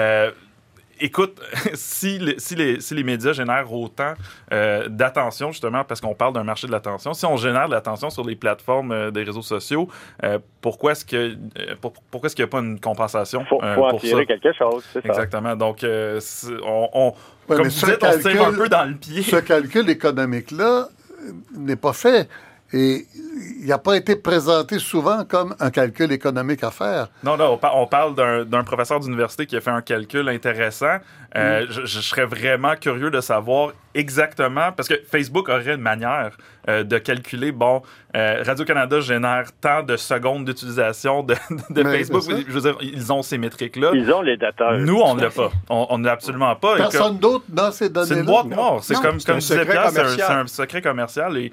E: Écoute, si les médias génèrent autant d'attention, justement, parce qu'on parle d'un marché de l'attention, si on génère de l'attention sur les plateformes des réseaux sociaux, pourquoi est-ce qu'il n'y a pas une compensation
D: faut en tirer quelque chose, c'est ça.
E: Exactement. Donc, comme vous dites, on se tire un peu dans le pied.
A: Ce calcul économique-là n'est pas fait. Et il n'a pas été présenté souvent comme un calcul économique à faire.
E: Non, on parle d'un professeur d'université qui a fait un calcul intéressant. Je serais vraiment curieux de savoir exactement, parce que Facebook aurait une manière de calculer, Radio-Canada génère tant de secondes d'utilisation de Facebook. Je veux dire, ils ont ces métriques-là.
D: Ils ont les datas.
E: Nous, on ne l'a pas. On ne l'a absolument pas.
A: Personne d'autre n'a ces données-là.
E: C'est une boîte noire. C'est comme disait Pierre,
F: c'est
E: un secret commercial. Et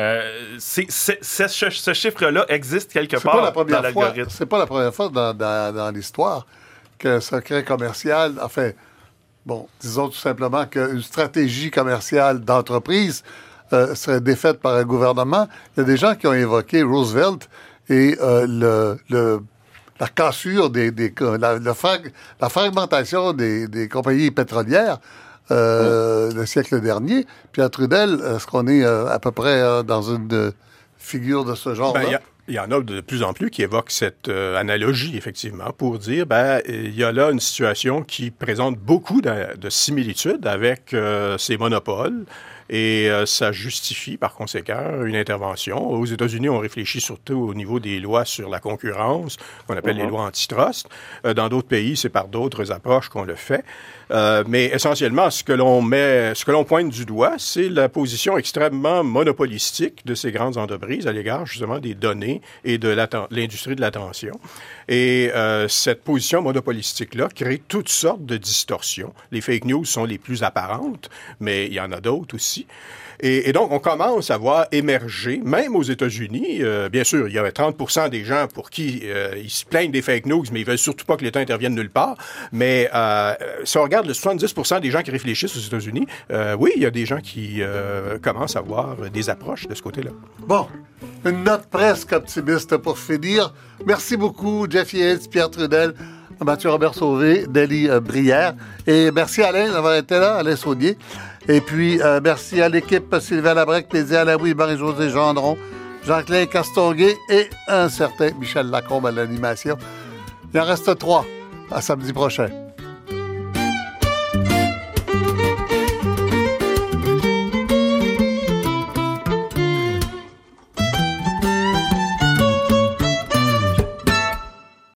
E: ce chiffre-là existe quelque part dans l'algorithme.
A: C'est pas la première fois dans l'histoire qu'un secret commercial, disons tout simplement qu'une stratégie commerciale d'entreprise serait défaite par un gouvernement. Il y a des gens qui ont évoqué Roosevelt et la cassure la fragmentation des compagnies pétrolières le siècle dernier. Pierre Trudel, est-ce qu'on est à peu près dans une figure de ce genre-là?
F: Il y en a de plus en plus qui évoquent cette analogie, effectivement, pour dire, il y a là une situation qui présente beaucoup de similitudes avec ces monopoles et ça justifie, par conséquent, une intervention. Aux États-Unis, on réfléchit surtout au niveau des lois sur la concurrence, qu'on appelle les lois antitrust. Dans d'autres pays, c'est par d'autres approches qu'on le fait. Mais essentiellement, ce que l'on pointe du doigt, c'est la position extrêmement monopolistique de ces grandes entreprises à l'égard, justement, des données et de l'industrie de l'attention. Et cette position monopolistique-là crée toutes sortes de distorsions. Les fake news sont les plus apparentes, mais il y en a d'autres aussi. Et donc, on commence à voir émerger, même aux États-Unis, bien sûr, il y a 30% des gens pour qui ils se plaignent des fake news, mais ils veulent surtout pas que l'État intervienne nulle part. Mais si on regarde le 70% des gens qui réfléchissent aux États-Unis, oui, il y a des gens qui commencent à avoir des approches de ce côté-là.
A: Bon, une note presque optimiste pour finir. Merci beaucoup, Jeff Yates, Pierre Trudel, Mathieu Robert Sauvé, Delis Brière. Et merci Alain d'avoir été là, Alain Saunier. Et puis, merci à l'équipe Sylvain Labrec, Pédia Alaoui, Marie-Josée Gendron, Jean-Claude Castonguay et un certain Michel Lacombe à l'animation. Il en reste 3. À samedi prochain.